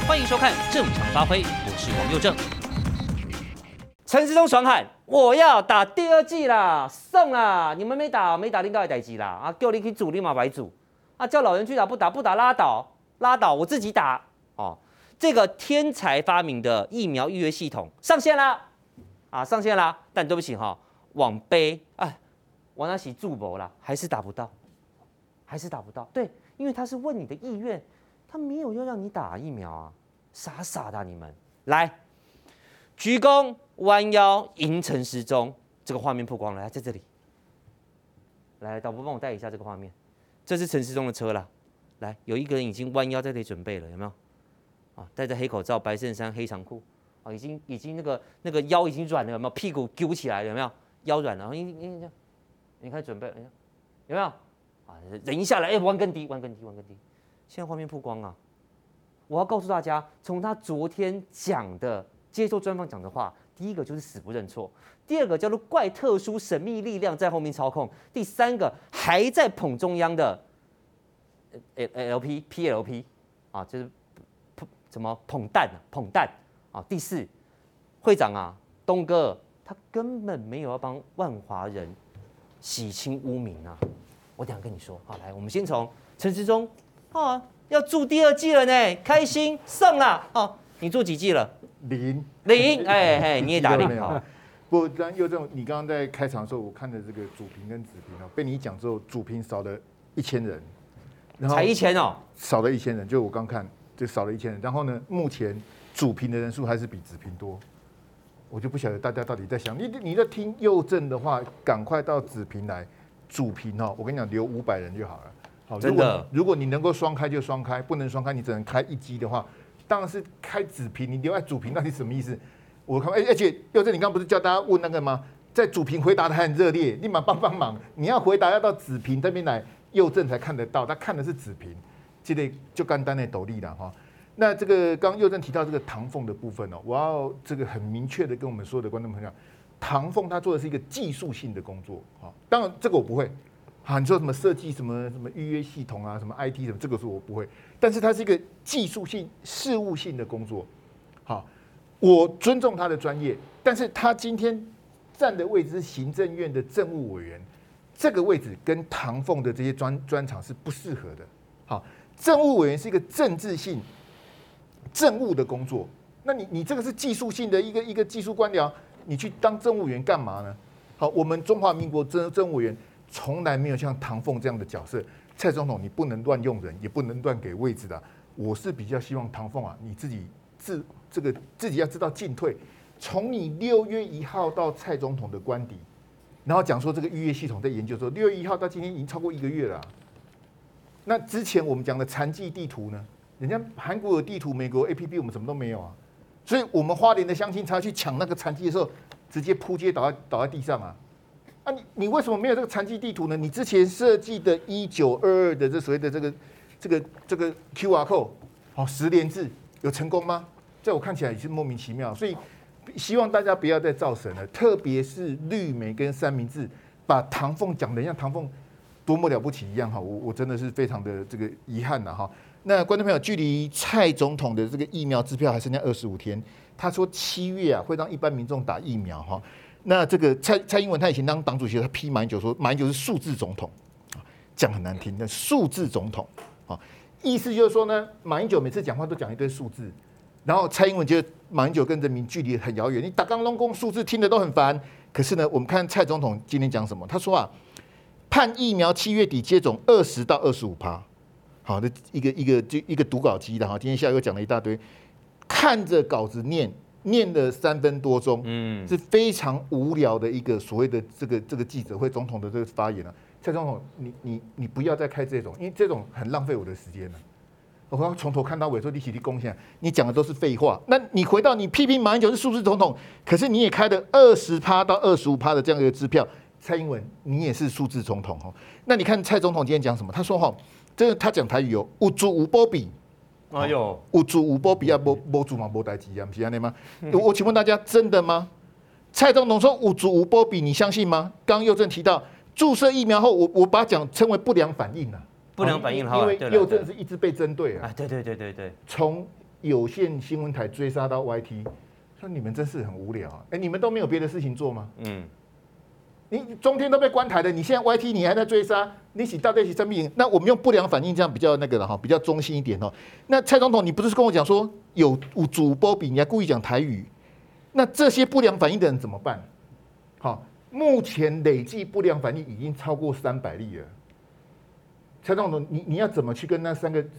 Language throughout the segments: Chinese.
欢迎收看《正常发挥》，我是王佑正。陈时中爽喊：“我要打第二季啦，送啦！你们没打，没打领导的代志啦！啊，叫你去煮，立马白煮。啊，叫老人去打，不打拉倒，我自己打。哦，这个天才发明的疫苗预约系统上线啦，上线啦！但对不起哈，往杯往那洗助博啦，还是打不到。对，因为他是问你的意愿，他没有要让你打疫苗啊，傻傻的你们来。”鞠躬弯腰迎陈时中，这个画面曝光了，在这里。来，导播帮我带一下这个画面，这是陈时中的车啦。来，有一个人已经弯腰在这里准备了，有没有？戴着黑口罩、白衬衫、黑长裤，已经那个腰已经软了，有没有？屁股揪起来了，有没有？腰软了，然后你看准备了，有没有？人一下来，弯更低。现在画面曝光啊！我要告诉大家，从他昨天讲的。接受专访讲的话，第一个就是死不认错，第二个叫做怪特殊神秘力量在后面操控，第三个还在捧中央的 PLP 就是什么捧蛋第四，会长东哥他根本没有要帮万华人洗清污名啊！我等一下跟你说，来，我们先从陈时中要住第二季了呢，开心送啦！你住几季了？0，你也打0。 不，但佑正，你刚刚在开场的时候，我看的这个主评跟子评被你讲之后，主评少了1000人，然后才1000哦， 少了1000人，就我刚看就少了1000人。然后呢，目前主评的人数还是比子评多，我就不晓得大家到底在想，你在听佑正的话，赶快到子评来，主评我跟你讲，留500人就好了。好， 真的， 如果你能够双开就双开，不能双开，你只能开1机的话。当然是开子评，你留在主评到底什么意思？我看，而且佑正，你刚刚不是叫大家问那个吗？在主评回答的还很热烈，立马帮忙。你要回答要到子评这边来，佑正才看得到，他看的是子评，这个就简单的斗笠了哈。那这个刚刚佑正提到这个唐凤的部分我要这个很明确的跟我们所有的观众朋友讲，唐凤他做的是一个技术性的工作当然这个我不会。你说什么设计什么预约系统什么 IT 什么，这个是我不会。但是它是一个技术性、事务性的工作。好，我尊重他的专业，但是他今天站的位置是行政院的政务委员，这个位置跟唐凤的这些专长是不适合的。好，政务委员是一个政治性、政务的工作，那你这个是技术性的一个技术官僚，你去当政务员干嘛呢？好，我们中华民国政务委员。从来没有像唐凤这样的角色，蔡总统你不能乱用人，也不能乱给位置的。我是比较希望唐凤你自己自己要知道进退。从你6月1号到蔡总统的官邸，然后讲说这个预约系统在研究的时候，6月1号到今天已经超过1个月了那之前我们讲的残疾地图呢？人家韩国有地图，美国 APP 我们什么都没有所以我们花莲的乡亲才去抢那个残疾的时候，直接扑街倒在地上你为什么没有这个残疾地图呢？你之前设计的1922的这所谓的这个 QR code 10连制有成功吗？在我看起来也是莫名其妙，所以希望大家不要再造神了，特别是绿媒跟三明治把唐凤讲的像唐凤多么了不起一样我真的是非常的这个遗憾那观众朋友，距离蔡总统的这个疫苗支票还剩下25天，他说7月会让一般民众打疫苗那这个蔡英文他以前当党主席，他批马英九说马英九是数字总统，讲很难听的数字总统意思就是说呢，马英九每次讲话都讲一堆数字，然后蔡英文觉得马英九跟人民距离很遥远，你打刚龙宫数字听得都很烦。可是呢，我们看蔡总统今天讲什么？他说判疫苗7月底接种20%到25%，好的一个读稿机的今天下午又讲了一大堆，看着稿子念了3分多钟，是非常无聊的一个所谓的这个记者会总统的这个发言蔡总统，你不要再开这种，因为这种很浪费我的时间了。我要从头看到尾说你起立贡献，你讲的都是废话。那你回到你批评马英九是数字总统，可是你也开了20%到25%的这样一个支票，蔡英文你也是数字总统那你看蔡总统今天讲什么？他说这个他讲台语有主无波比。有主无波比没主嘛没代志不是这样吗？我请问大家，真的吗？蔡总统说无主无波比，你相信吗？刚刚佑正提到注射疫苗后，我把它称为不良反应不良反应因为佑正是一直被针对对。 从有线新闻台追杀到 YT， 说你们真是很无聊啊！你们都没有别的事情做吗？你中天都被关台了，你现在 YT 你还在追杀，你到底是什么？那我们用不良反应这样比较那个了哈，比较中性一点哦。那蔡总统，你不是跟我讲说有主播比你还故意讲台语？那这些不良反应的人怎么办？好，目前累计不良反应已经超过300例了。蔡总统，你要怎么去跟那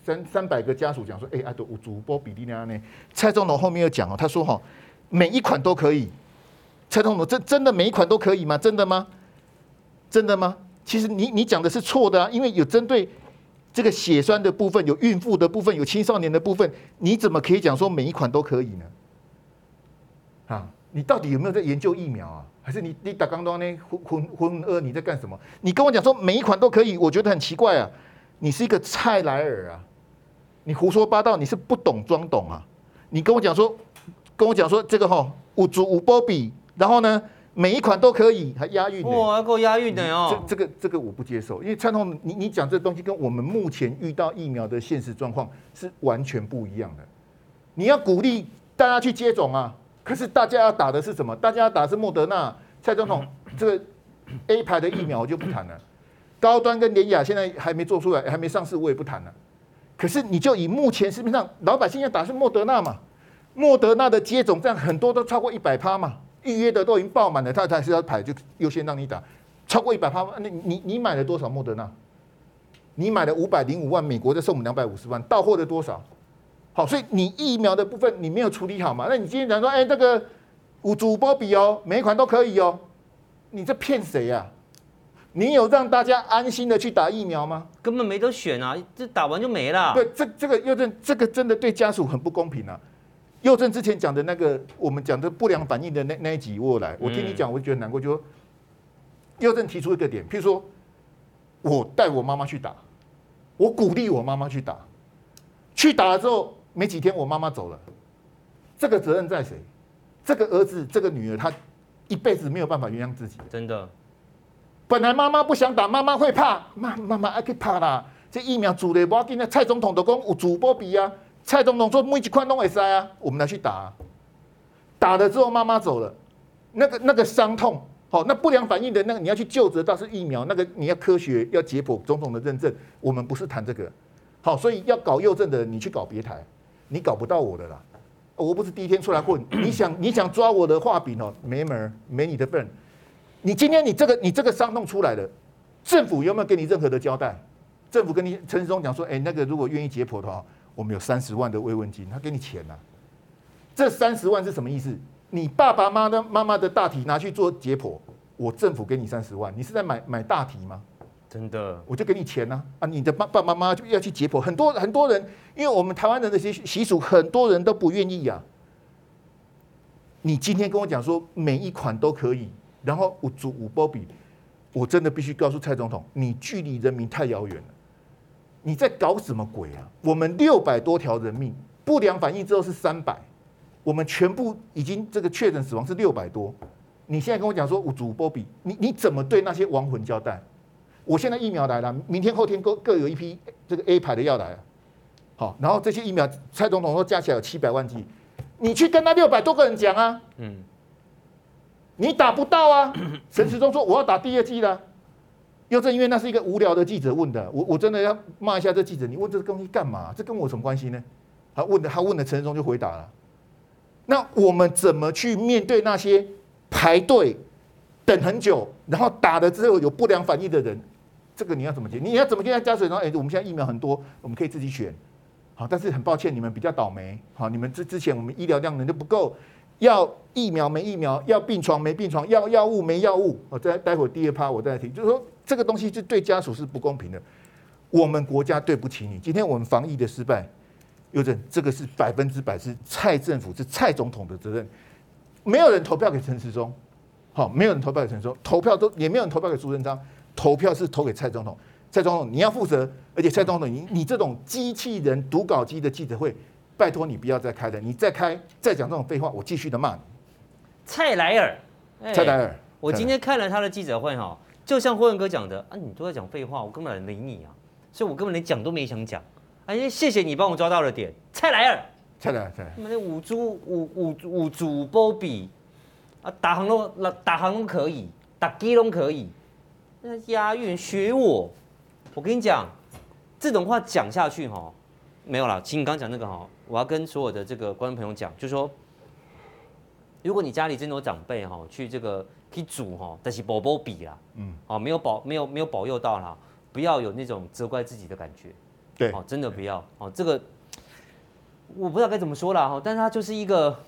300个家属讲说，都主播比例呢？蔡总统后面又讲哦，他说哈，每一款都可以。蔡总统，这真的每一款都可以吗？真的吗？真的吗？其实你讲的是错的啊，因为有针对这个血栓的部分，有孕妇的部分，有青少年的部分，你怎么可以讲说每一款都可以呢？啊，你到底有没有在研究疫苗啊？还是你打刚刚呢混你在干什么？你跟我讲说每一款都可以，我觉得很奇怪啊！你是一个蔡莱尔啊，你胡说八道，你是不懂装懂啊！你跟我讲说这个五主五波比。然后呢，每一款都可以，还押韵。 哇，够押韵的哦。 这个我不接受，因为蔡总统，你讲这东西跟我们目前遇到疫苗的现实状况是完全不一样的。你要鼓励大家去接种啊，可是大家要打的是什么？大家要打的是莫德纳。蔡总统，这个 A 牌的疫苗我就不谈了，高端跟联雅现在还没做出来，还没上市，我也不谈了。可是你就以目前市面上老百姓要打的是莫德纳嘛，莫德纳的接种站很多都超过100%嘛。预约的都已经爆满了，他还是要排，就优先让你打，超过100%。那你买了多少莫德纳？你买了505万，美国再送我们250万，到货的多少？好，所以你疫苗的部分你没有处理好嘛？那你今天讲说，这个主波比哦，每一款都可以哦，你这骗谁啊？你有让大家安心的去打疫苗吗？ 根本没得选啊，这打完就没了。 对，这个佑正，这个真的对家属很不公平啊。佑正之前讲的那个，我们讲的不良反应的那一集，我听你讲，我就觉得难过。就说佑正提出一个点，譬如说，我带我妈妈去打，我鼓励我妈妈去打，去打了之后没几天，我妈妈走了，这个责任在谁？这个儿子，这个女儿，她一辈子没有办法原谅自己。 真的， 本来妈妈不想打，妈妈会怕，妈妈还可以怕啦。这疫苗主的不要紧，蔡总统都讲有主波比啊。蔡总统说每一款都会塞啊，我们来去打啊。打了之后妈妈走了，那个伤痛，好，那不良反应的那个你要去究责，倒是疫苗那个你要科学要解剖种种的认证，我们不是谈这个。好，所以要搞幼政的人，你去搞别台，你搞不到我的啦。我不是第一天出来混，你想抓我的画饼哦，没门，没你的份。你今天你这个伤痛出来了，政府有没有给你任何的交代？政府跟你陈时中讲说，那个如果愿意解剖的话。我们有30万的慰问金，他给你钱啊。这30万是什么意思？你爸爸妈妈的大体拿去做解剖，我政府给你30万，你是在买大体吗？ 真的， 我就给你钱啊！你的爸爸妈妈就要去解剖，很多人，因为我们台湾人的习俗，很多人都不愿意啊。你今天跟我讲说每一款都可以，然后五波比，我真的必须告诉蔡总统，你距离人民太遥远了。你在搞什么鬼啊？我们600多条人命，不良反应之后是300，我们全部已经这个确诊死亡是600多。你现在跟我讲说主波比，你怎么对那些亡魂交代？我现在疫苗来了，明天后天各有一批这个 A 牌的药来了，好，然后这些疫苗，蔡总统说加起来有700万剂，你去跟那600多个人讲啊，你打不到啊。陈时中说我要打第2剂了。又正因为那是一个无聊的记者问的，我真的要骂一下这记者，你问这个东西干嘛？这跟我有什么关系呢？他问了，陈时中就回答了。那我们怎么去面对那些排队等很久，然后打了之后有不良反应的人？这个你要怎么解？你要怎么跟他加水？然后我们现在疫苗很多，我们可以自己选。好，但是很抱歉，你们比较倒霉。好，你们之前我们医疗量能就不够。要疫苗没疫苗，要病床没病床，要药物没药物。待会第2趴我再来提，就是说这个东西就对家属是不公平的。我们国家对不起你，今天我们防疫的失败，佑正，这个是100%是蔡政府是蔡总统的责任。没有人投票给陈时中，好，没有人投票给陈时中，投票也没有人投票给苏贞昌，投票是投给蔡总统。蔡总统你要负责，而且蔡总统你这种机器人读稿机的记者会。拜托你不要再开了，你再开再讲这种废话，我继续的骂你。 蔡莱尔， 蔡莱尔， 我今天看了他的记者会哈，就像霍文哥讲的啊，你都在讲废话，我根本没理你啊，所以我根本连讲都没想讲。哎，谢谢你帮我抓到了点，蔡莱尔， 出来， 他们那五主波比啊，打行都可以，打基都可以，那押韵学我跟你讲，这种话讲下去哈，没有啦。其实你刚讲那个哈，我要跟所有的这个观众朋友讲，就是说，如果你家里真的有长辈哈，去这个去煮哈，但是波比啦，没有保佑到啦，不要有那种责怪自己的感觉， 对， 真的不要，这个我不知道该怎么说啦哈，但是它就是一个，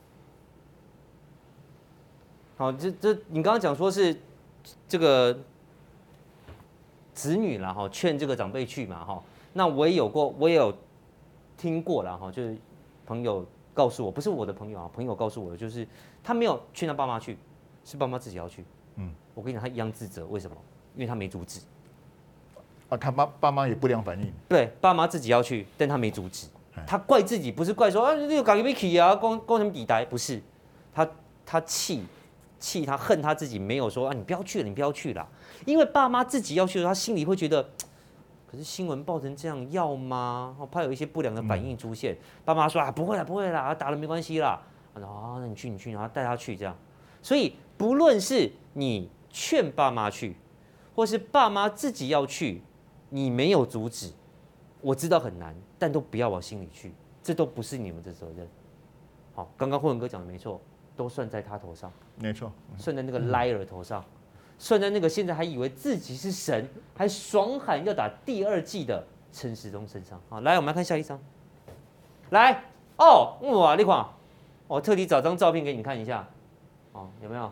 好，你刚刚讲说是这个。子女啦哈，劝这个长辈去嘛哈，那我也有听过啦哈，就是朋友告诉我，不是我的朋友啊，朋友告诉我的，就是他没有劝他爸妈去，是爸妈自己要去。我跟你讲，他一样自责，为什么？因为他没阻止。 他爸妈也不良反应。 对，爸妈自己要去，但他没阻止，他怪自己，不是怪说啊这个搞个去啊，光什么底台，不是，他气他恨他自己没有说啊你不要去了，你不要去了。因为爸妈自己要去的时候，他心里会觉得，可是新闻报成这样，要吗？怕有一些不良的反应出现。爸妈说啊，不会啦，打了没关系啦。那你去，然后带他去这样。所以不论是你劝爸妈去，或是爸妈自己要去，你没有阻止，我知道很难，但都不要往心里去，这都不是你们的责任。好，刚刚慧文哥讲的没错，都算在他头上， 没错， 算在那个 liar 头上。算在那个现在还以为自己是神，还爽喊要打第2季的陈时中身上。好，来，我们来看下一张。来，哇，你看，我特地找张照片给你看一下。有没有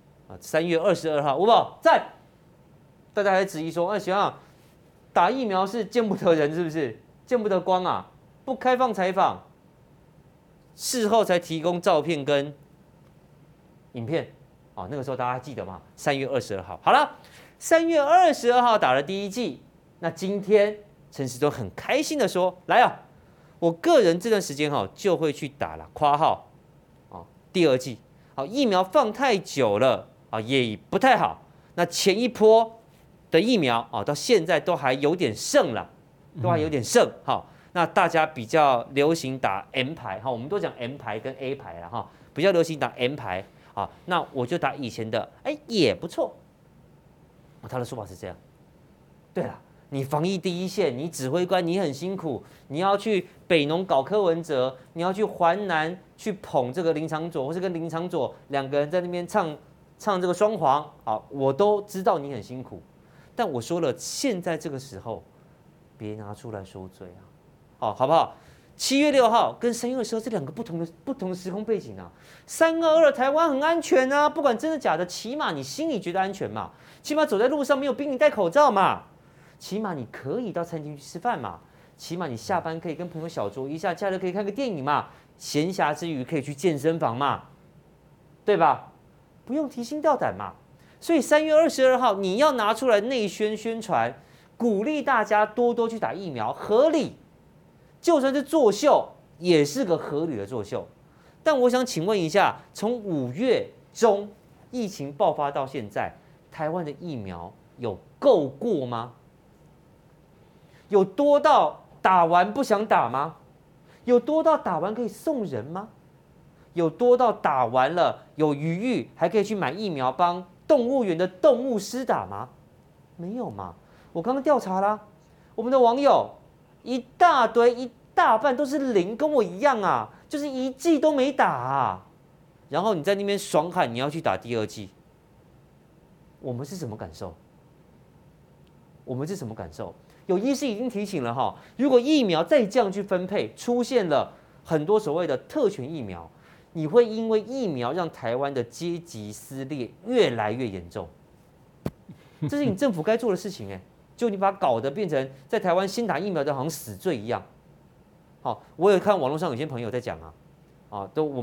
？3月22号，吴宝在。大家还质疑说，行啊，打疫苗是见不得人，是不是？见不得光啊，不开放采访，事后才提供照片跟影片。那个时候大家还记得吗？3月22号，好了，3月22号打了第1剂。那今天陈时中很开心的说：“来啊，我个人这段时间就会去打了。”（括号第2剂。疫苗放太久了也不太好。那前一波的疫苗到现在都还有点剩了，都还有点剩。好，那大家比较流行打 M 牌我们都讲 M 牌跟 A 牌了比较流行打 M 牌。那我就打以前的，也不错。他的说法是这样。对了，你防疫第一线，你指挥官，你很辛苦，你要去北农搞柯文哲，你要去环南去捧这个林长佐，或是跟林长佐2个人在那边唱这个双簧，我都知道你很辛苦。但我说了，现在这个时候，别拿出来说嘴好不好？7月6号跟3月22号这2个不同的时空背景322台湾很安全啊，不管真的假的，起码你心里觉得安全嘛，起码走在路上没有逼你戴口罩嘛，起码你可以到餐厅去吃饭嘛，起码你下班可以跟朋友小酌一下，假日可以看个电影嘛，闲暇之余可以去健身房嘛，对吧？不用提心吊胆嘛。所以3月22号你要拿出来内宣传，鼓励大家多多去打疫苗，合理。就算是作秀，也是个合理的作秀。但我想请问一下，从5月中疫情爆发到现在，台湾的疫苗有够过吗？有多到打完不想打吗？有多到打完可以送人吗？有多到打完了有余裕还可以去买疫苗帮动物园的动物师打吗？没有嘛。我刚刚调查啦，我们的网友一大堆一大半都是0，跟我一样啊，就是1剂都没打然后你在那边爽喊你要去打第2剂，我们是什么感受？有医师已经提醒了如果疫苗再这样去分配，出现了很多所谓的特权疫苗，你会因为疫苗让台湾的阶级撕裂越来越严重。这是你政府该做的事情就你把它搞得变成在台湾先打疫苗的好像死罪一样。我有看网络上有些朋友在讲我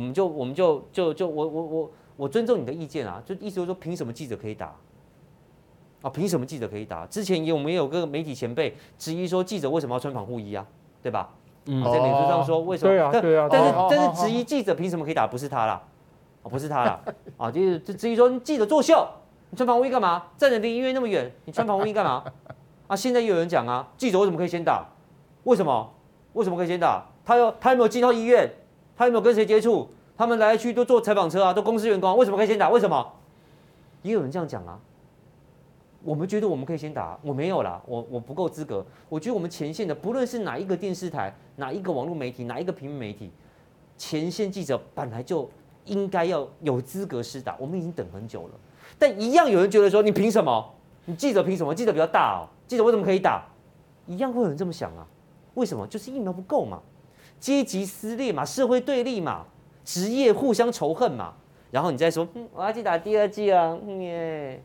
尊重你的意见就意思就是说凭什么记者可以打？凭什么记者可以打？之前我们也有个媒体前辈质疑说记者为什么要穿防护衣对吧？在脸书上说为什么？ 对啊。 但是质疑记者凭什么可以打？不是他啦，不是他啦就是质疑说记者作秀。你穿防护衣干嘛？站得离医院那么远，你穿防护衣干嘛？现在又有人讲记者为什么可以先打？为什么可以先打？ 他有没有进到医院？他有没有跟谁接触？他们来去都坐采访车啊，都公司员工，为什么可以先打？为什么？也有人这样讲啊。我们觉得我们可以先打，我没有啦，我不够资格。我觉得我们前线的，不论是哪一个电视台、哪一个网络媒体、哪一个平面媒体，前线记者本来就应该要有资格施打，我们已经等很久了。但一样有人觉得说，你凭什么？你记者凭什么？记者比较大哦，记者为什么可以打？一样会有人这么想啊？为什么？就是疫苗不够嘛，阶级撕裂嘛，社会对立嘛，职业互相仇恨嘛。然后你再说，我要去打第2剂啊，耶。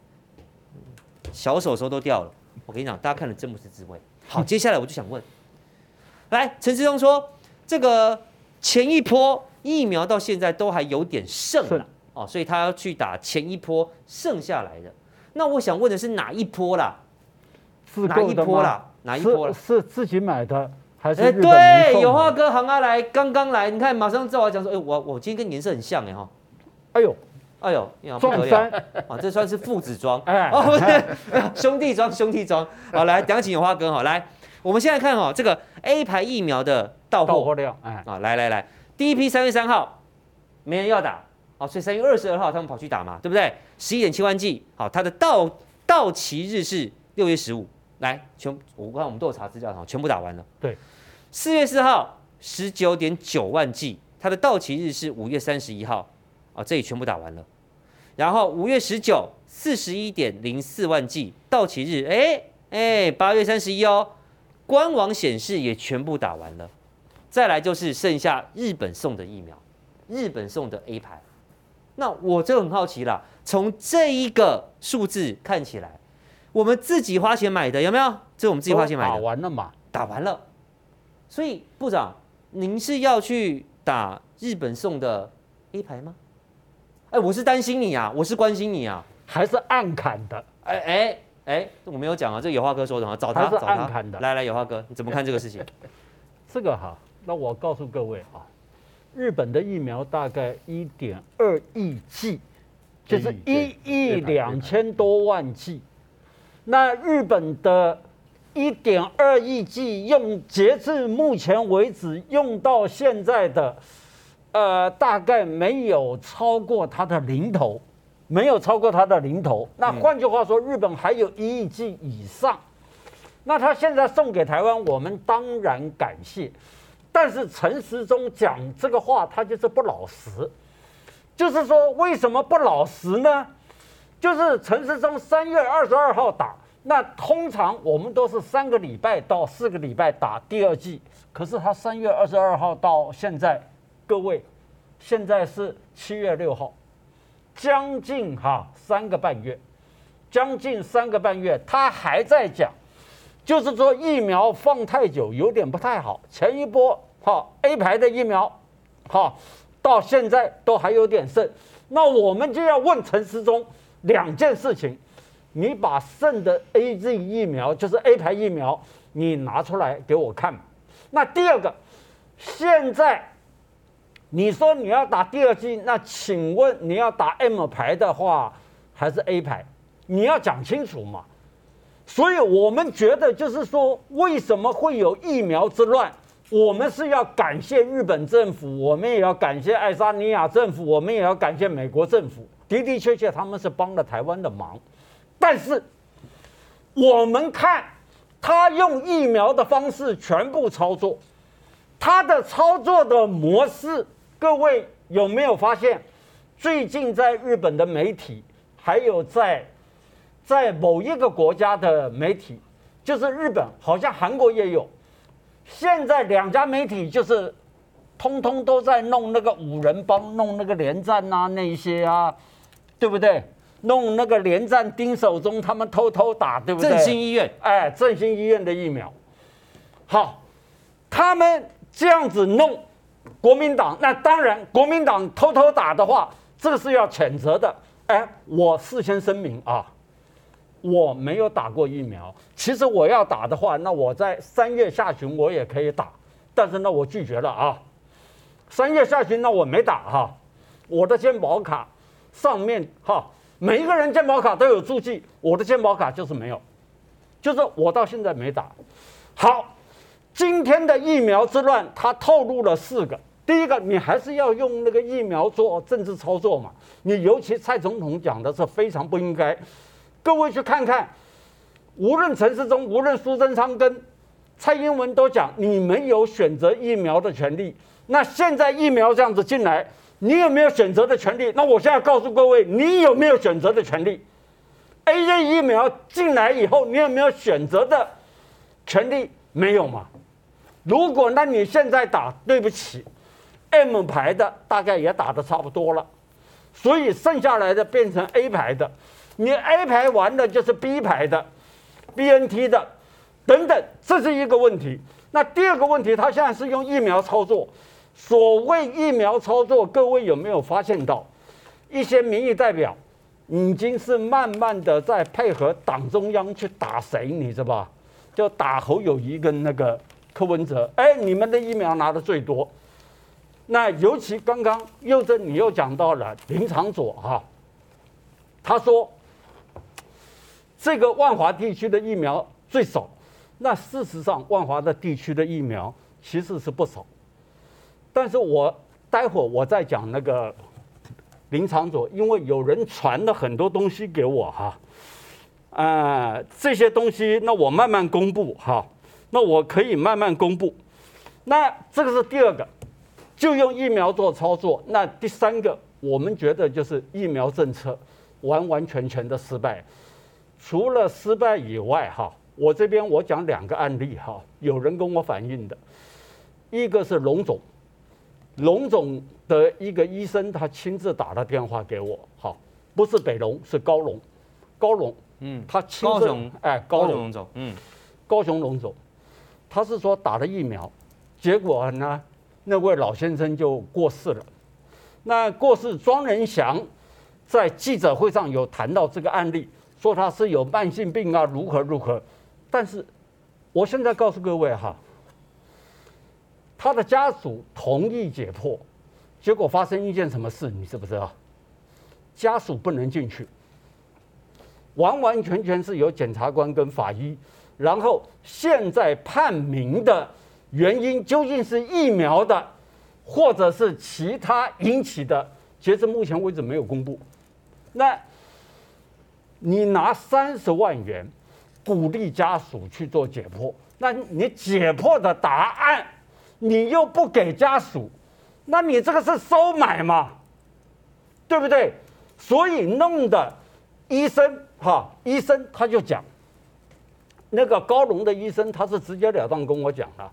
小手都掉了，我跟你讲，大家看了真不是滋味。好，接下来我就想问，来，陈时中说，这个前一波疫苗到现在都还有点剩了哦，所以他要去打前一波剩下来的。那我想问的是哪一波啦？哪一波啦？哪一波啦？ 是自己买的还是日本对，有花哥行来，刚刚来，你看马上照我讲说，我今天跟你颜色很像哈。哎呦， 撞衫啊，这算是父子装，哦不是兄弟装。好，来，等下请有花哥哈，来，我们现在看哈这个 A 牌疫苗的到货量， 啊，来，第一批3月3号没人要打，好，所以3月22号他们跑去打嘛，对不对？11.7万剂，好，它的到期日是6月15，来，我看我们都有查资料哈，全部打完了。 对 ，4月4号19.9万剂，它的到期日是5月31号。哦，这里全部打完了，然后5月19 41.04万剂到期日，8月31哦，官网显示也全部打完了。再来就是剩下日本送的疫苗，日本送的 A 牌。那我就很好奇啦，从这一个数字看起来，我们自己花钱买的有没有？这是我们自己花钱买的， 打完了嘛？ 打完了。所以部长，您是要去打日本送的 A 牌吗？我是担心你啊，我是关心你啊， 还是暗砍的？ 我没有讲啊，这有话哥说的啊，找他， 还是暗砍的。 来，有话哥，你怎么看这个事情？ 这个哈，那我告诉各位啊，日本的疫苗大概1.2亿剂，就是1亿2000多万剂。那日本的1.2亿剂截至目前为止用到现在的。大概没有超过它的零头，那换句话说，日本还有1亿剂以上。那他现在送给台湾，我们当然感谢。但是陈时中讲这个话，他就是不老实。就是说，为什么不老实呢？就是陈时中3月22号打，那通常我们都是3个礼拜到4个礼拜打第2剂，可是他3月22号到现在。各位，现在是7月6号，将近3个半月，他还在讲，就是说疫苗放太久有点不太好。前一波A 牌的疫苗，到现在都还有点剩。那我们就要问陈时中2件事情：你把剩的 AZ 疫苗，就是 A 牌疫苗，你拿出来给我看。那第二个，现在。你说你要打第2剂，那请问你要打 M 牌的话，还是 A 牌？你要讲清楚嘛。所以我们觉得就是说，为什么会有疫苗之乱？我们是要感谢日本政府，我们也要感谢爱沙尼亚政府，我们也要感谢美国政府。的的确确，他们是帮了台湾的忙。但是我们看他用疫苗的方式全部操作，他的操作的模式。各位有没有发现，最近在日本的媒体，还有在某一个国家的媒体，就是日本，好像韩国也有，现在2家媒体就是通通都在弄那个5人帮，弄那个连战啊那些啊，对不对？弄那个连战丁守中他们偷打，对不对？ 振兴医院， 振兴医院的疫苗，好，他们这样子弄。国民党，那当然，国民党偷打的话，这个是要谴责的。我事先声明啊，我没有打过疫苗。其实我要打的话，那我在3月下旬我也可以打，但是呢，我拒绝了啊。3月下旬呢，我没打我的健保卡上面每一个人健保卡都有注记，我的健保卡就是没有，就是我到现在没打。好。 今天的疫苗之乱，他透露了4个。第一个，你还是要用那个疫苗做政治操作嘛？你尤其蔡总统讲的是非常不应该。各位去看看，无论陈时中，无论苏贞昌跟蔡英文都讲，你们有选择疫苗的权利。那现在疫苗这样子进来，你有没有选择的权利？那我现在告诉各位，你有没有选择的权利 ？AZ 疫苗进来以后，你有没有选择的权利？没有嘛？如果那你现在打，对不起。M 牌的大概也打得差不多了，所以剩下来的变成 A 牌的，你 A 牌完了就是 B 牌的 ，BNT 的等等，这是一个问题。那第二个问题，他现在是用疫苗操作。所谓疫苗操作，各位有没有发现到，一些民意代表已经是慢慢的在配合党中央去打谁，你知道吧？就打侯友宜跟那个柯文哲，你们的疫苗拿的最多。那尤其刚刚佑正你又讲到了林昶佐哈，他说这个万华地区的疫苗最少，那事实上万华的地区的疫苗其实是不少，但是我待会儿我再讲那个林昶佐，因为有人传了很多东西给我哈，这些东西那我慢慢公布哈，那我可以慢慢公布，那这个是第二个。就用疫苗做操作。那第3个，我们觉得就是疫苗政策完完全全的失败。除了失败以外，我这边我讲2个案例有人跟我反映的，一个是龙总的一个医生，他亲自打了电话给我，不是北龙，是高龙，他亲自高雄龙总，高雄龙总，他是说打了疫苗，结果呢？那位老先生就过世了。那过世，庄人祥在记者会上有谈到这个案例，说他是有慢性病啊，如何。但是我现在告诉各位他的家属同意解剖，结果发生一件什么事，你知不知道？家属不能进去，完完全全是由检察官跟法医，然后现在判明的。原因究竟是疫苗的，或者是其他引起的？截至目前为止没有公布。那你拿30万元鼓励家属去做解剖，那你解剖的答案你又不给家属，那你这个是收买嘛？对不对？所以弄的医生他就讲。那个高龙的医生，他是直截了当跟我讲了，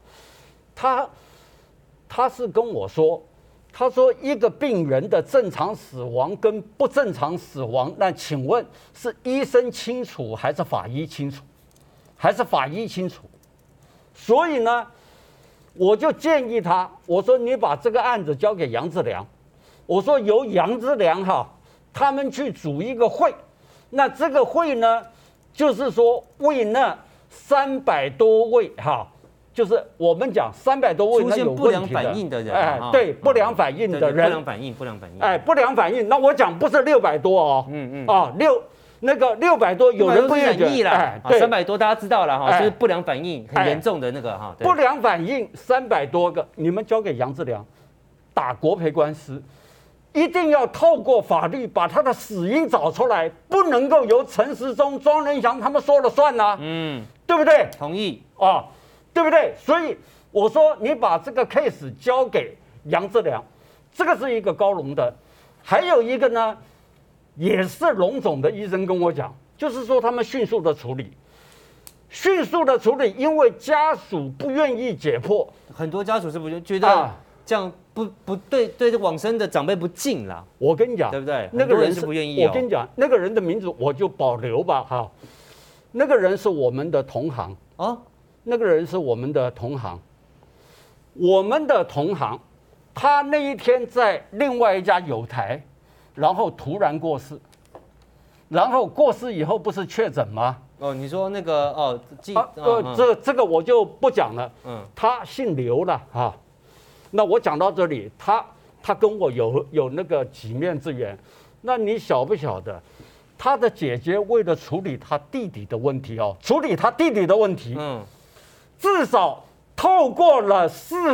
他是跟我说，他说一个病人的正常死亡跟不正常死亡，那请问是医生清楚还是法医清楚？还是法医清楚？所以呢，我就建议他，我说你把这个案子交给杨志良，我说由杨志良他们去组一个会，那这个会呢，就是说为那300多位就是我们讲300多位出现不良反应的人， 对不良反应的人， 不良反应， 不良反应。那我讲不是600多哦，那个600多有人不愿意啦，300多大家知道了是不良反应很严重的那个不良反应300多个，你们交给杨志良打国赔官司。一定要透过法律把他的死因找出来，不能够由陈时中、庄人祥他们说了算呐，对不对？ 同意对不对？所以我说你把这个 case 交给杨志良，这个是一个高龙的，还有一个呢，也是龙总的医生跟我讲，就是说他们迅速的处理，因为家属不愿意解剖， 很多家属是不觉得这样不对，对往生的长辈不敬啦。 我跟你讲， 对不对？ 那个人是不愿意。 我跟你讲，那个人的名字我就保留吧那个人是我们的同行那个人是我们的同行，他那一天在另外一家友台，然后突然过世，然后过世以后不是确诊吗？ 你说那个这个我就不讲了。他姓刘了那我讲到这里，他跟我有那个几面之缘。那你晓不晓得，他的姐姐为了处理他弟弟的问题至少透过了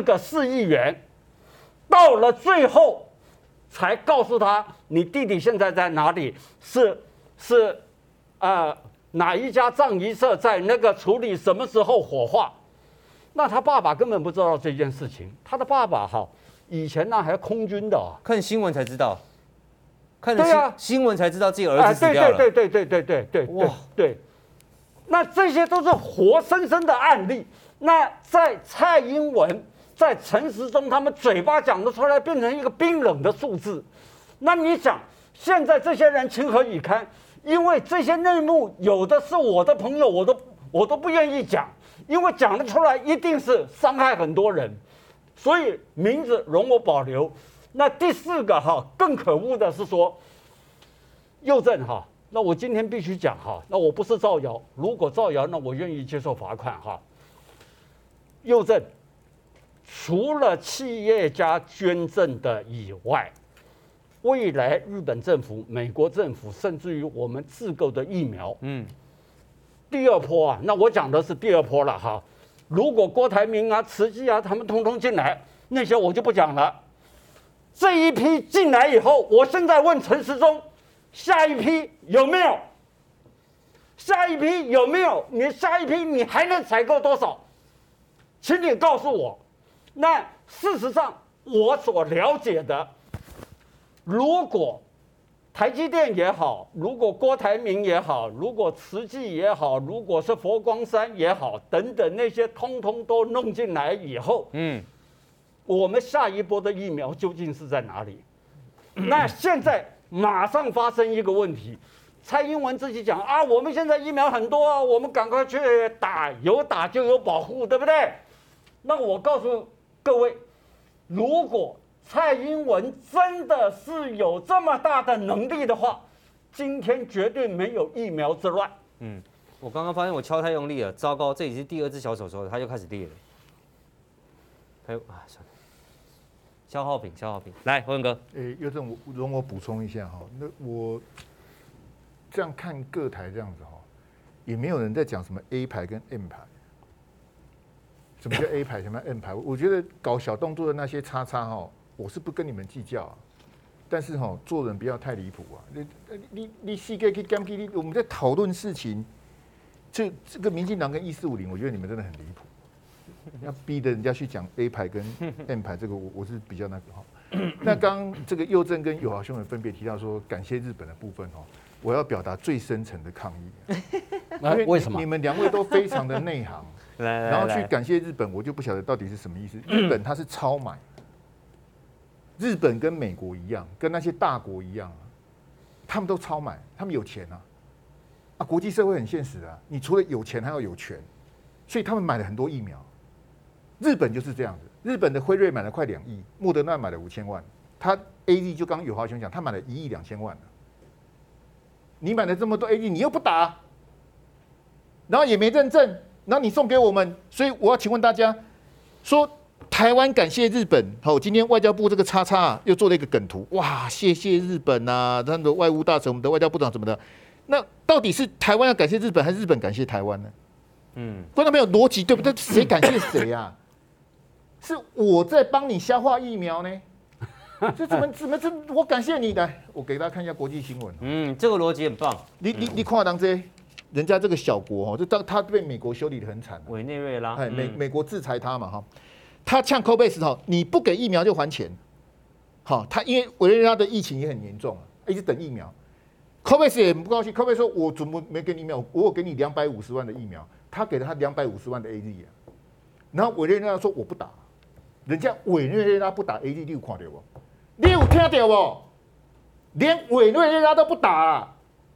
4亿元，到了最后才告诉他你弟弟现在在哪里，是哪一家葬仪社在那个处理什么时候火化。那他爸爸根本不知道这件事情，他的爸爸以前呢还空军的看新闻才知道，看对啊新闻才知道自己儿子死掉了。 对，哇，对，那这些都是活生生的案例。那在蔡英文、在陈时中他们嘴巴讲得出来，变成一个冰冷的数字。那你想，现在这些人情何以堪？因为这些内幕有的是我的朋友，我都不愿意讲。因为讲得出来一定是伤害很多人，所以名字容我保留。那第4个更可恶的是说，佑正那我今天必须讲那我不是造谣，如果造谣，那我愿意接受罚款佑正除了企业家捐赠的以外，未来日本政府、美国政府，甚至于我们自购的疫苗，第2波那我讲的是第2波了如果郭台铭慈济他们通通进来，那些我就不讲了。这一批进来以后，我现在问陈时中，下一批有没有？下一批有没有？你下一批你还能采购多少？请你告诉我。那事实上，我所了解的，如果台积电也好，如果郭台铭也好，如果慈济也好，如果是佛光山也好，等等那些通通都弄进来以后，我们下一波的疫苗究竟是在哪里？那现在马上发生一个问题，蔡英文自己讲我们现在疫苗很多我们赶快去打，有打就有保护，对不对？那我告诉各位，如果蔡英文真的是有这么大的能力的话，今天绝对没有疫苗之乱。 我刚刚发现我敲太用力了，糟糕，这已经是第2只小手手了，它就开始裂了。算了，消耗品，来，辉文哥。 佑正，容我补充一下那我这样看各台这样子也没有人在讲什么 A 牌跟 M 牌。什么叫 A 牌，什么叫 M 牌？我觉得搞小动作的那些叉我是不跟你们计较但是做人不要太离谱你细个去讲起我们在讨论事情，这个民进党跟1450，我觉得你们真的很离谱。要逼着人家去讲 A 牌跟 M 牌，这个我是比较那个那刚这个佑正跟友豪兄弟分别提到说感谢日本的部分我要表达最深层的抗议。 为什么？ 你们2位都非常的内行。然后去感谢日本，我就不晓得到底是什么意思。日本它是超买，日本跟美国一样，跟那些大国一样他们都超买，他们有钱国际社会很现实你除了有钱还要有权，所以他们买了很多疫苗。日本就是这样子，日本的辉瑞买了快2亿，莫德纳买了5000万，他 AZ 就刚刚友豪兄讲，他买了1亿2千万你买了这么多 AZ， 你又不打，然后也没认证。然后你送给我们，所以我要请问大家，说台湾感谢日本，今天外交部这个叉又做了一个梗图，哇，谢谢日本他的外务大臣、我们的外交部长什么的，那到底是台湾要感谢日本，还是日本感谢台湾呢？观众朋友逻辑对不对？谁感谢谁是我在帮你消化疫苗呢？这怎么我感谢你？来，我给大家看一下国际新闻。 这个逻辑很棒。 你看当这。人家这个小国就当他被美国修理得很惨， 委内瑞拉， 美国制裁他嘛他呛 COVAX 你不给疫苗就还钱，他因为委内瑞拉的疫情也很严重一直等疫苗 ，COVAX 也很不高兴 ，COVAX 说我怎么没给你疫苗，我有给你250万的疫苗，他给了他250万的 AZ 然后委内瑞拉说我不打，人家委内瑞拉不打 AZ， 你有看到不？你有听到不？连委内瑞拉都不打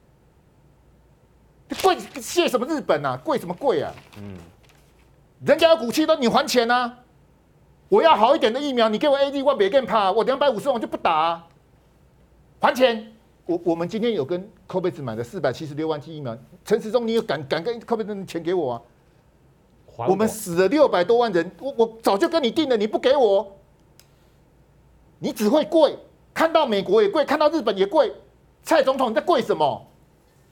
贵谢什么日本贵什么贵人家有武器都你还钱我要好一点的疫苗，你给我 AZ， 我没跟怕，我250万我就不打还钱。我们今天有跟 COVAX 买的476万剂疫苗，陈时中你有敢跟 COVAX 的钱给我我们死了600多万人，我早就跟你定了，你不给我，你只会跪，看到美国也跪，看到日本也跪，蔡总统你在跪什么？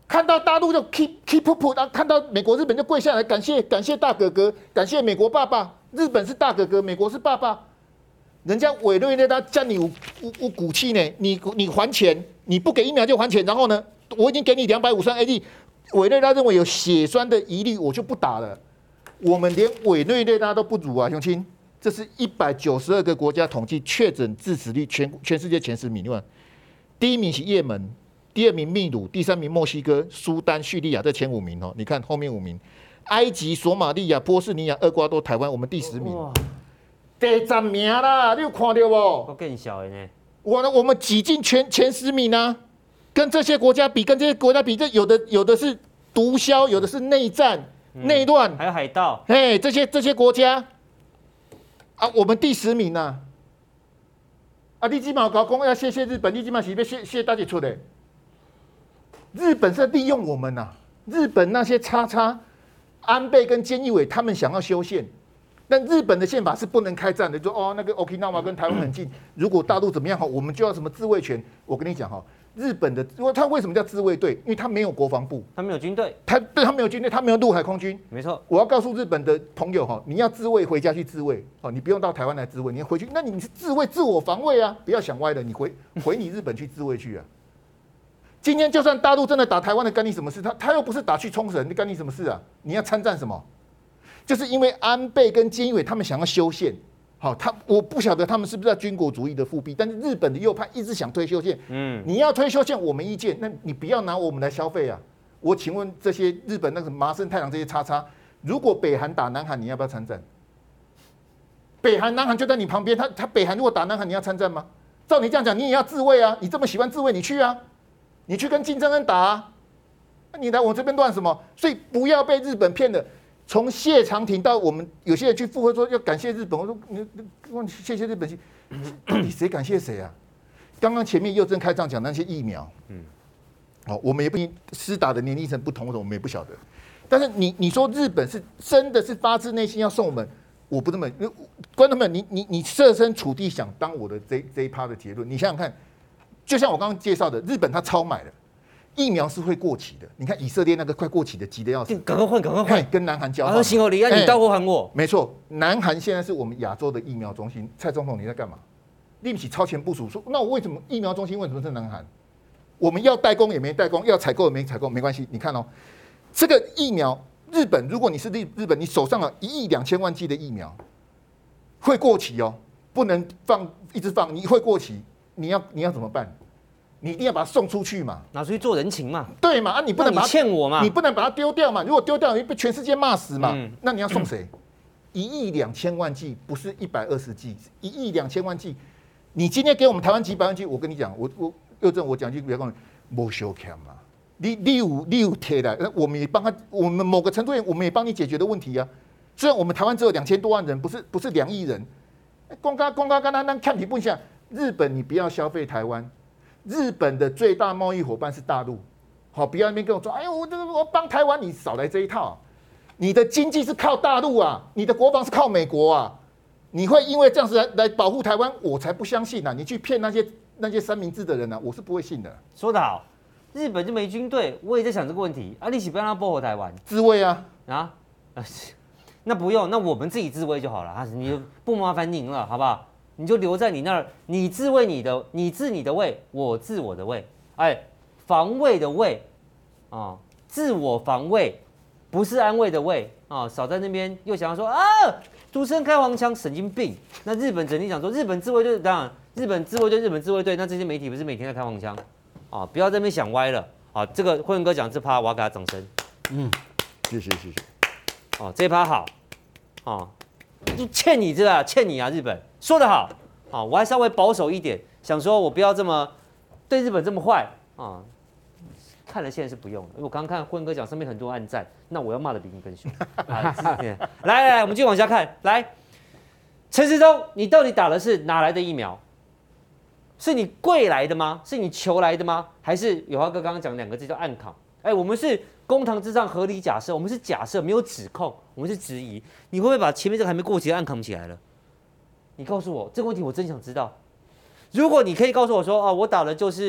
看到大陆就 keep up 啊，看到美国、日本就跪下来感谢大哥哥，感谢美国爸爸，日本是大哥哥，美国是爸爸。人家委内瑞拉叫你有骨气呢，你还钱，你不给疫苗就还钱，然后呢，我已经给你253 AD， 委内瑞拉认为有血栓的疑虑，我就不打了。我们连委内瑞拉都不如啊，兄亲，这是192个国家统计确诊致死率全世界前10名，第1名是也门，第2名秘鲁，第3名墨西哥、苏丹、叙利亚，这前5名哦。你看后面5名，埃及、索马利亚、波斯尼亚、厄瓜多、台湾，我们第10名。第10名啦，你有看到不？ 我更小的呢。 我们挤进前10名啊，跟这些国家比，这有的是毒枭，有的是内战、内乱， 还有海盗。 哎，这些国家啊，我们第10名啊。啊，你起码搞讲要谢日本，你起码是要谢大家出的。日本是利用我们呐、啊，日本那些安倍跟菅义伟他们想要修宪。但日本的宪法是不能开战的，就说哦，那个 Okinawa 跟台湾很近，如果大陆怎么样哈，我们就要什么自卫权。我跟你讲哈，日本的，他为什么叫自卫队？因为他没有国防部， 他没有军队， 他没有军队，他没有陆海空军。 没错， 我要告诉日本的朋友哈，你要自卫回家去自卫哦，你不用到台湾来自卫，你回去，那你是自卫自我防卫啊，不要想歪了，你回你日本去自卫去啊。今天就算大陆真的打台湾的，干你什么事？他又不是打去冲绳，你干你什么事啊？你要参战什么？就是因为安倍跟菅义伟他们想要修宪，好，我不晓得他们是不是在军国主义的复辟，但是日本的右派一直想推修宪，你要推修宪，我们意见，那你不要拿我们来消费啊！我请问这些日本那个麻生太郎这些叉，如果北韩打南韩，你要不要参战？北韩、南韩就在你旁边，他北韩如果打南韩，你要参战吗？照你这样讲，你也要自卫啊！你这么喜欢自卫，你去啊！你去跟金正恩打啊！你来我这边乱什么？所以不要被日本骗了。从谢长廷到我们有些人去附和说要感谢日本，我说你谢日本，到底谁感谢谁啊？刚刚前面佑正开场讲那些疫苗，好，我们也不施打的年龄层不同，我们也不晓得。但是你说日本是真的是发自内心要送我们，我不这么，观众朋友，你设身处地想当我的这一趴的结论，你想想看，就像我刚刚介绍的，日本他超买了。疫苗是会过期的，你看以色列那个快过期的，急得要死， 赶快换， 跟南韩交换。 行哦，你到货还我。 没错，南韩现在是我们亚洲的疫苗中心。蔡总统你在干嘛？对不起，超前部署。说那我为什么疫苗中心为什么是南韩？我们要代工也没代工，要采购也没采购，没关系。你看哦，这个疫苗，日本如果你是日本，你手上有1亿2千万剂的疫苗，会过期哦，不能一直放，你会过期，你要怎么办？你一定要把它送出去嘛， 拿出去做人情嘛， 对嘛？啊，你不能把它欠我嘛， 你不能把它丢掉嘛。如果丢掉，你被全世界骂死嘛。那你要送谁？1亿2千万剂，不是120剂，1亿2千万剂。你今天给我们台湾几百万剂，我跟你讲，佑正，我讲句比较讲，没修强嘛。你有贴来，我们也帮他，我们某个程度我们也帮你解决的问题啊。虽然我们台湾只有2000多万人，不是2亿人，光刚那看你不一下，日本你不要消费台湾。日本的最大贸易伙伴是大陆，好，不要那边跟我说，哎呦，我帮台湾，你少来这一套。你的经济是靠大陆啊，你的国防是靠美国啊，你会因为这样子来保护台湾，我才不相信啊！你去骗那些三明治的人啊，我是不会信的。 说得好，日本就没军队，我也在想这个问题啊，你岂不让他保护台湾？ 自卫啊， 那不用，那我们自己自卫就好了啊，你不麻烦您了，好不好？你就留在你那儿，你自卫你的，你自你的卫，我自我的卫，防卫的卫啊，自我防卫，不是安慰的卫啊，少在那边又想要说啊，主持人开黄腔，神经病。那日本整天讲说日本自卫队，当然日本自卫队，那这些媒体不是每天在开黄腔啊，不要在那边想歪了啊。这个慧文哥讲这趴，我要给他掌声。 谢谢。 哦，这趴好，哦，就欠你这啊，欠你啊，日本说得好，啊，我还稍微保守一点，想说我不要这么对日本这么坏啊。看了现在是不用了，因为我刚刚看混哥讲上面很多暗赞，那我要骂的比你更凶。来，我们继续往下看。来，陈时中，你到底打的是哪来的疫苗？是你跪来的吗？是你求来的吗？还是友华哥刚刚讲2个字叫暗扛？我们是公堂之上合理假设，我们是假设，没有指控，我们是质疑。你会不会把前面这个还没过期的暗扛起来了？你告诉我这个问题，我真想知道。如果你可以告诉我说，我打的就是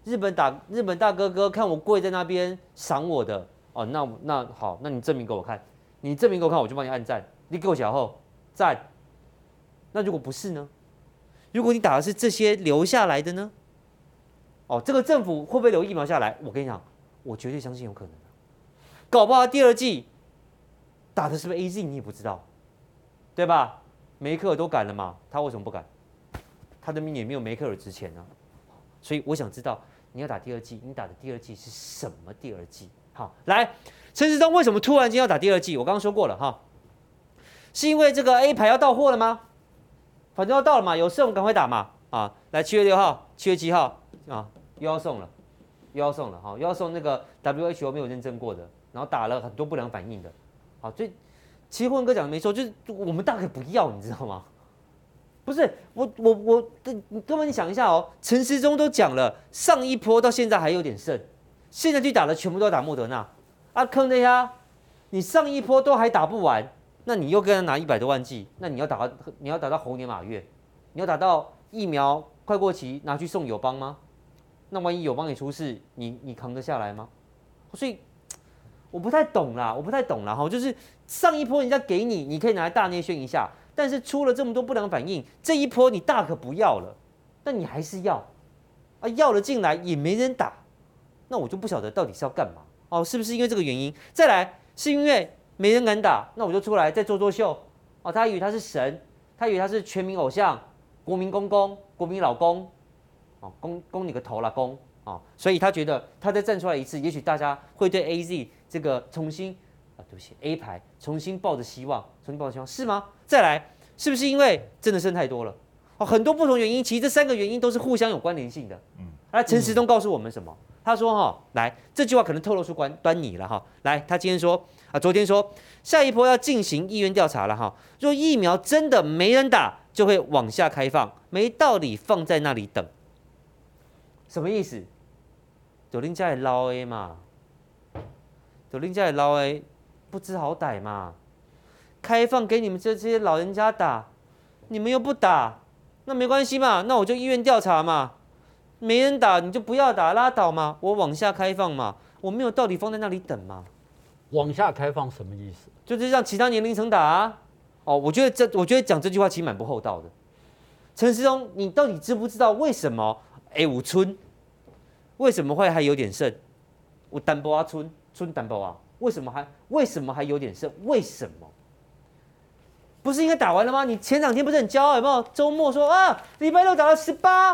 日本大哥哥看我跪在那边赏我的哦，那好，那你证明给我看，你证明给我看，我就帮你按赞，你给我小后赞。那如果不是呢？如果你打的是这些留下来的呢？哦，这个政府会不会留疫苗下来？我跟你讲，我绝对相信有可能的。搞不好第二季打的是不是 AZ 你也不知道，对吧？梅克尔都敢了嘛，他为什么不敢？他的命也没有梅克尔值钱啊。所以我想知道你要打第二季，你打的第二季是什么第二季？好，来，陈时中为什么突然间要打第二季？我刚刚说过了哈，是因为这个 A 牌要到货了吗？反正要到了嘛，有事我们赶快打嘛。啊，来7月6号、7月7号啊，又要送了哈，又要送那个 WHO 没有认证过的，然后打了很多不良反应的。好，所以其实混哥讲的没错，就是我们大可不要，你知道吗？不是我，各位你想一下哦，陈时中都讲了，上一波到现在还有点剩，现在去打的全部都打莫德纳啊，坑那呀，你上一波都还打不完，那你又跟他拿100多万剂，那你要打到猴年马月，你要打到疫苗快过期拿去送友邦吗？那万一友邦也出事，你扛得下来吗？所以我不太懂啦哈，就是上一波人家给你，你可以拿来大内宣一下。但是出了这么多不良反应，这一波你大可不要了，但你还是要啊，要了进来也没人打，那我就不晓得到底是要干嘛哦，是不是因为这个原因？再来是因为没人敢打，那我就出来再做秀哦，他以为他是神，他以为他是全民偶像、国民公公、国民老公哦，公你个头啦公哦，所以他觉得他再站出来一次，也许大家会对 AZ 这个重新对不起 A 牌重新抱着希望，是吗？再来，是不是因为真的剩太多了？哦，很多不同原因，其实这3个原因都是互相有关联性的。来，陈时中告诉我们什么？他说哈，来这句话可能透露出端倪了哈。来，他今天说啊，昨天说下一波要进行意愿调查了哈。若疫苗真的没人打，就会往下开放，没道理放在那里等。什么意思？就恁家的老的嘛，就恁家的老的不知好歹嘛。开放给你们这些老人家打，你们又不打，那没关系嘛，那我就医院调查嘛，没人打你就不要打，拉倒嘛，我往下开放嘛，我没有道理放在那里等嘛。 往下开放什么意思？ 就是让其他年龄层打啊。哦，我觉得讲这句话其实蛮不厚道的。陈时中，你到底知不知道为什么五村为什么会还有点剩？我淡薄啊村淡薄啊，为什么还有点剩？为什么？不是应该打完了吗？你前2天不是很骄傲有没有？周末说啊，礼拜6打了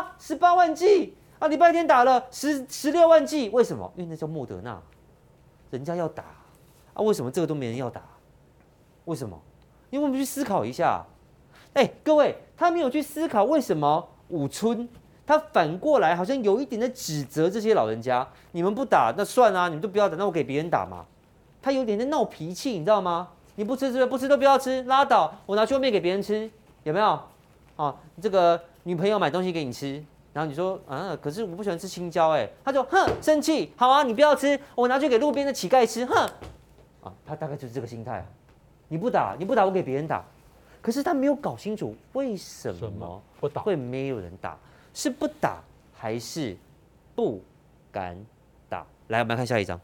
18万剂啊，礼拜天打了16万剂，为什么？因为那叫莫德纳，人家要打啊，为什么这个都没人要打？为什么？因为我们去思考一下，各位，他没有去思考为什么武村他反过来好像有一点在指责这些老人家，你们不打那算啊，你们都不要打，那我给别人打嘛。他有点在闹脾气，你知道吗？你不吃都不要吃，拉倒，我拿去外面给别人吃，有没有？啊，这个女朋友买东西给你吃，然后你说啊，可是我不喜欢吃青椒，他就哼生气，好啊，你不要吃，我拿去给路边的乞丐吃，哼，啊，他大概就是这个心态，你不打，我给别人打，可是他没有搞清楚为什么会没有人打，是不打还是不敢打？来，我们来看下一张，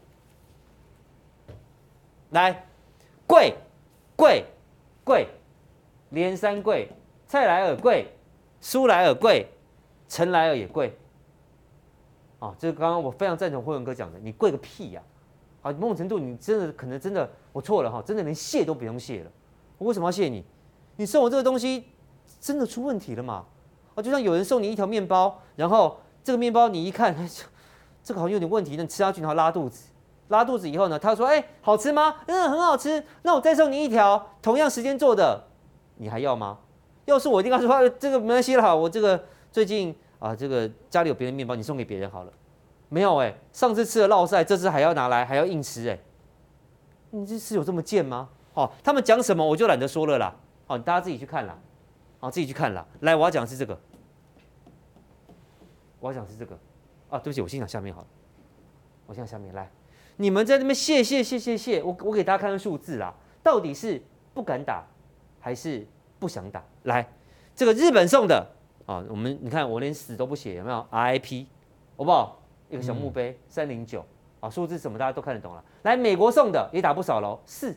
来。贵，连3贵，蔡莱尔贵，苏莱尔贵，陈莱尔也贵。啊，这刚刚我非常赞同辉文哥讲的，你贵个屁呀！啊，某种程度你可能真的我错了哈，真的连谢都不用谢了。我为什么要谢你？你送我这个东西真的出问题了嘛？啊，就像有人送你一条面包，然后这个面包你一看，这个好像有点问题，那你吃下去然后拉肚子。拉肚子以后呢，他说：“好吃吗？很好吃。那我再送你一条同样时间做的，你还要吗？要是我一定跟他说，这个没关系了，我这个最近啊，这个家里有别人面包，你送给别人好了。没有上次吃了烙赛，这次还要拿来，还要硬吃你这是有这么贱吗？他们讲什么我就懒得说了啦。大家自己去看啦，自己去看啦。来，我要讲的是这个，啊，对不起，我先讲下面好了，我先讲下面来。”你们在那边谢，我给大家看看数字啦，到底是不敢打还是不想打？来，这个日本送的啊，你看我连死都不写，有没有 ？RIP， 好不好？ 一个小墓碑309啊，数字什么大家都看得懂了。来，美国送的也打不少喽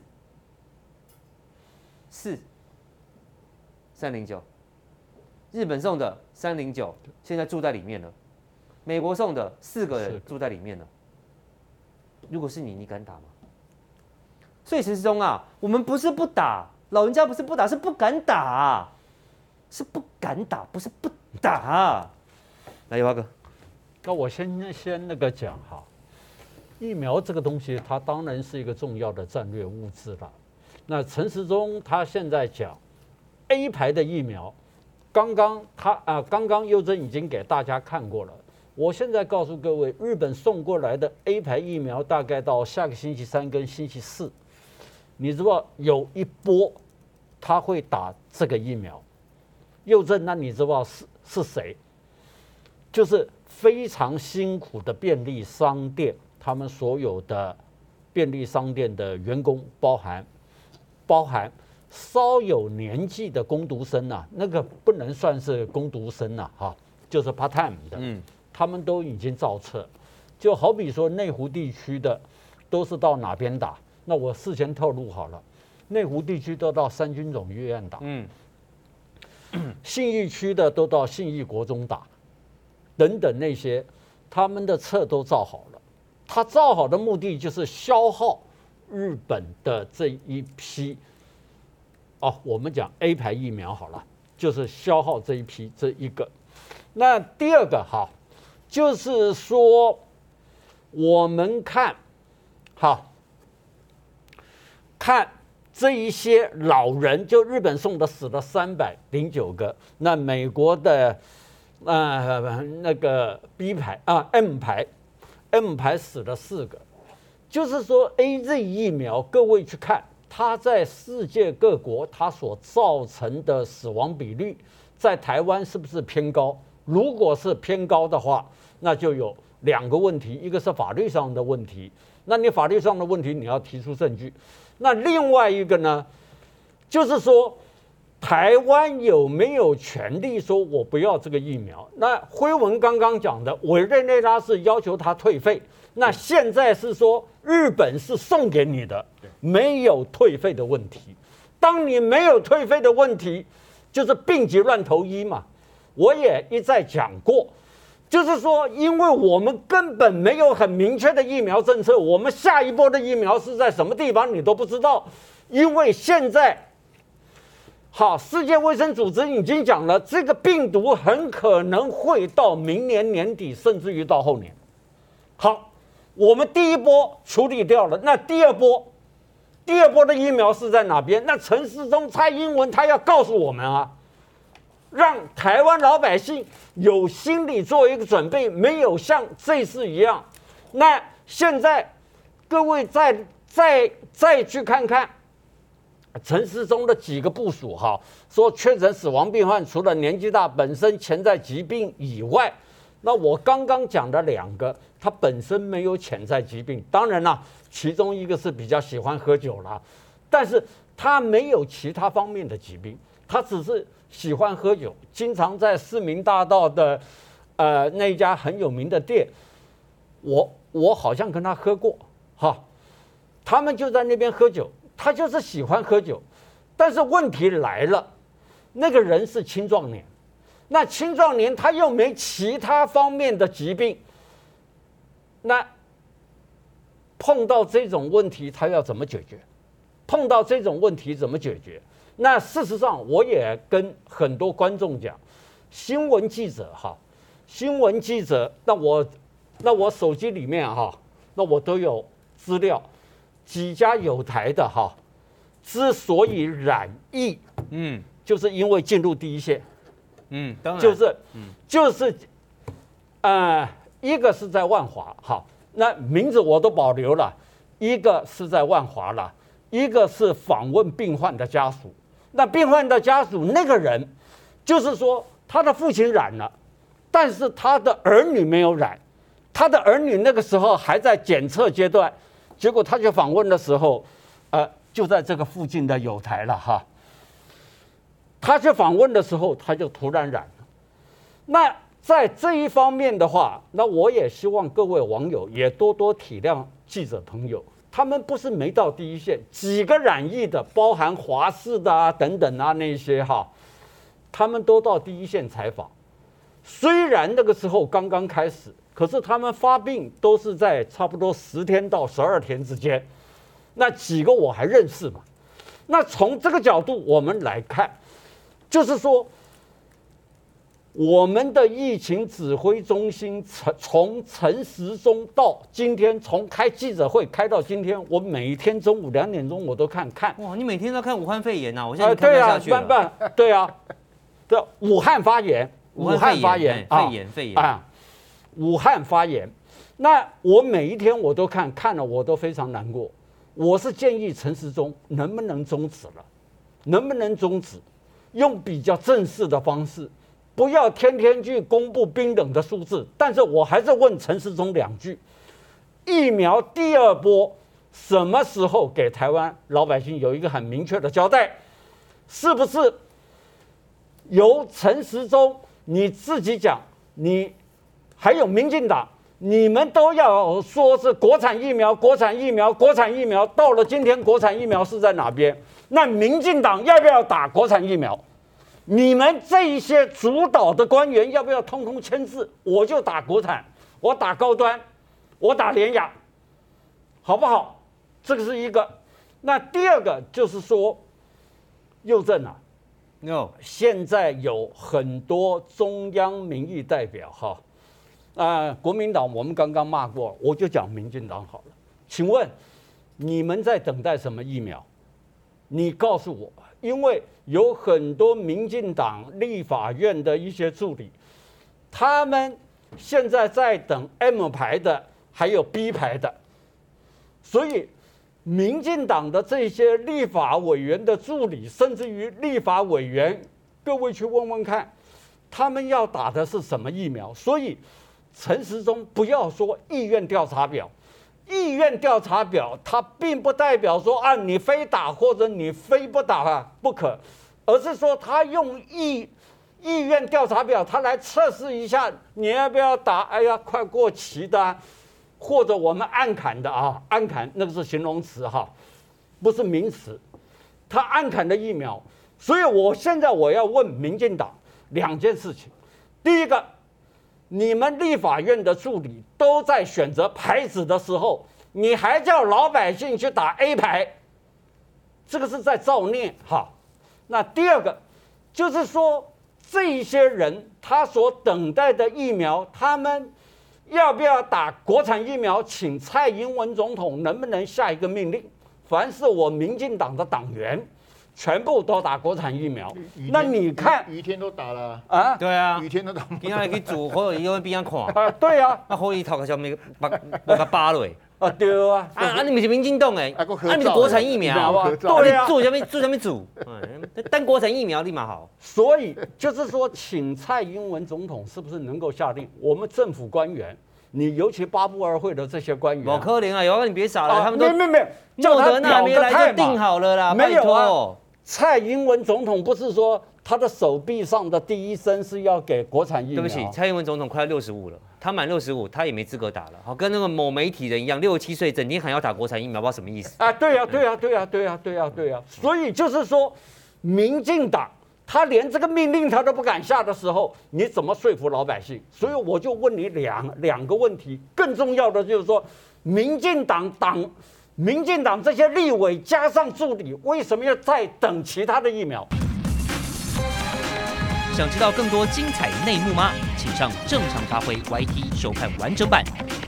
，4，309，日本送的309，现在住在里面了。美国送的4个人住在里面了。如果是你，你敢打吗？所以陈时中啊，我们不是不打，老人家不是不打，是不敢打，是不敢打，不是不打。来，友华哥， 那我先那个讲哈，疫苗这个东西，它当然是一个重要的战略物资了。那陈时中他现在讲 A 牌的疫苗，刚刚佑真已经给大家看过了。我现在告诉各位，日本送过来的 A 牌疫苗，大概到下个星期3跟星期4，你知道有一波他会打这个疫苗。佑真，那你知道是谁？就是非常辛苦的便利商店，他们所有的便利商店的员工，包含稍有年纪的工读生啊，那个不能算是工读生啊，哈，就是 part time 的，他们都已经造册。就好比说内湖地区的都是到哪边打？那我事先透露好了，内湖地区都到三军总医院打，信义区的都到信义国中打。等等那些，他们的册都造好了。他造好的目的就是消耗日本的这一批，我们讲 A 牌疫苗好了，就是消耗这一批这一个。那第二个哈，就是说我们看这一些老人，就日本送的死了309个，那美国的。那个 B 牌M 牌死了4个，就是说 AZ 疫苗，各位去看它在世界各国它所造成的死亡比率，在台湾是不是偏高？如果是偏高的话，那就有2个问题，一个是法律上的问题，那你法律上的问题你要提出证据，那另外一个呢，就是说。台湾有没有权利说我不要这个疫苗？那辉文刚刚讲的，委内瑞拉是要求他退费，那现在是说日本是送给你的，没有退费的问题。当你没有退费的问题，就是病急乱投医嘛。我也一再讲过，就是说，因为我们根本没有很明确的疫苗政策，我们下一波的疫苗是在什么地方你都不知道，因为现在。好，世界卫生组织已经讲了，这个病毒很可能会到明年年底，甚至于到后年。好，我们第一波处理掉了，那第二波的疫苗是在哪边？那陈时中、蔡英文他要告诉我们啊，让台湾老百姓有心理做一个准备，没有像这次一样。那现在各位再去看看。陈时中的几个部署哈，说确诊死亡病患除了年纪大、本身潜在疾病以外，那我刚刚讲的2个，他本身没有潜在疾病，当然啦，其中一个是比较喜欢喝酒啦，但是他没有其他方面的疾病，他只是喜欢喝酒，经常在市民大道的那一家很有名的店，我好像跟他喝过哈，他们就在那边喝酒。他就是喜欢喝酒，但是问题来了，那个人是青壮年，那青壮年他又没其他方面的疾病，那碰到这种问题他要怎么解决？碰到这种问题怎么解决？那事实上我也跟很多观众讲，新闻记者，那我手机里面那我都有资料。几家有台的之所以染疫，就是因为进入第一线， 当然就是一个是在万华，那名字我都保留了，一个是在万华了，一个是访问病患的家属。那病患的家属那个人，就是说他的父亲染了，但是他的儿女没有染，他的儿女那个时候还在检测阶段。结果他去访问的时候，就在这个附近的有台了他去访问的时候，他就突然染了。那在这一方面的话，那我也希望各位网友也多多体谅记者朋友，他们不是没到第一线，几个染疫的，包含华视的啊等等啊那些哈，他们都到第一线采访。虽然那个时候刚刚开始，可是他们发病都是在差不多10天到12天之间，那几个我还认识嘛。那从这个角度我们来看，就是说，我们的疫情指挥中心从陈时中到今天，从开记者会开到今天，我每一天中午2点钟我都看。 哇，你每天都看武汉肺炎呐？我现在看不下去了。 对啊，对，武汉发炎，武汉发炎， 肺炎啊， 武汉发炎。那我每一天我都看了我都非常难过。我是建议陈时中能不能终止了，能不能终止，用比较正式的方式。不要天天去公布冰冷的数字，但是我还是问陈时中2句：疫苗第2波什么时候给台湾老百姓有一个很明确的交代？是不是由陈时中你自己讲，你还有民进党，你们都要说是国产疫苗，国产疫苗，国产疫苗，到了今天国产疫苗是在哪边？那民进党要不要打国产疫苗？你们这一些主导的官员要不要通通签字？我就打国产，我打高端，我打联雅，好不好？这个是一个。那第2个就是说，佑正啊，现在有很多中央民意代表哈，国民党我们刚刚骂过，我就讲民进党好了。请问你们在等待什么疫苗？你告诉我，因为有很多民进党立法院的一些助理，他们现在在等 M 牌的，还有 B 牌的，所以民进党的这些立法委员的助理，甚至于立法委员，各位去问问看，他们要打的是什么疫苗？所以陈时中不要说意愿调查表。意愿调查表，它并不代表说你非打或者你非不打不可，而是说他用意愿调查表，他来测试一下你要不要打。哎呀，快过期的或者我们暗砍的暗砍那个是形容词不是名词，他暗砍的疫苗。所以我现在我要问民进党2件事情，第一个。你们立法院的助理都在选择牌子的时候，你还叫老百姓去打 A 牌，这个是在造孽那第2个就是说，这一些人他所等待的疫苗，他们要不要打国产疫苗？请蔡英文总统能不能下一个命令，凡是我民进党的党员。全部都打国产疫苗，那你看雨天都打了对啊， 雨天都打， 今天去煮，或者伊边边看对啊， 可以头壳上面把扒落对啊， 你们是民进党哎，你是国产疫苗， 对啊， 做什么煮？但国产疫苗立马好。 所以就是说，请蔡英文总统是不是能够下令，我们政府官员，你尤其8部2会的这些官员， 我可怜啊，有你别傻了，他们都没，叫他表个态就定好了啦， 没有啊。蔡英文总统不是说他的手臂上的第1针是要给国产疫苗？ 对不起，蔡英文总统快要65了，他满65，他也没资格打了。跟那个某媒体人一样，67、7岁整天喊要打国产疫苗，不知道什么意思对呀。所以就是说，民进党他连这个命令他都不敢下的时候，你怎么说服老百姓？所以我就问你两个问题，更重要的就是说，民进党这些立委加上助理，为什么要再等其他的疫苗？ 想知道更多精彩内幕吗？请上正常发挥 YT 收看完整版。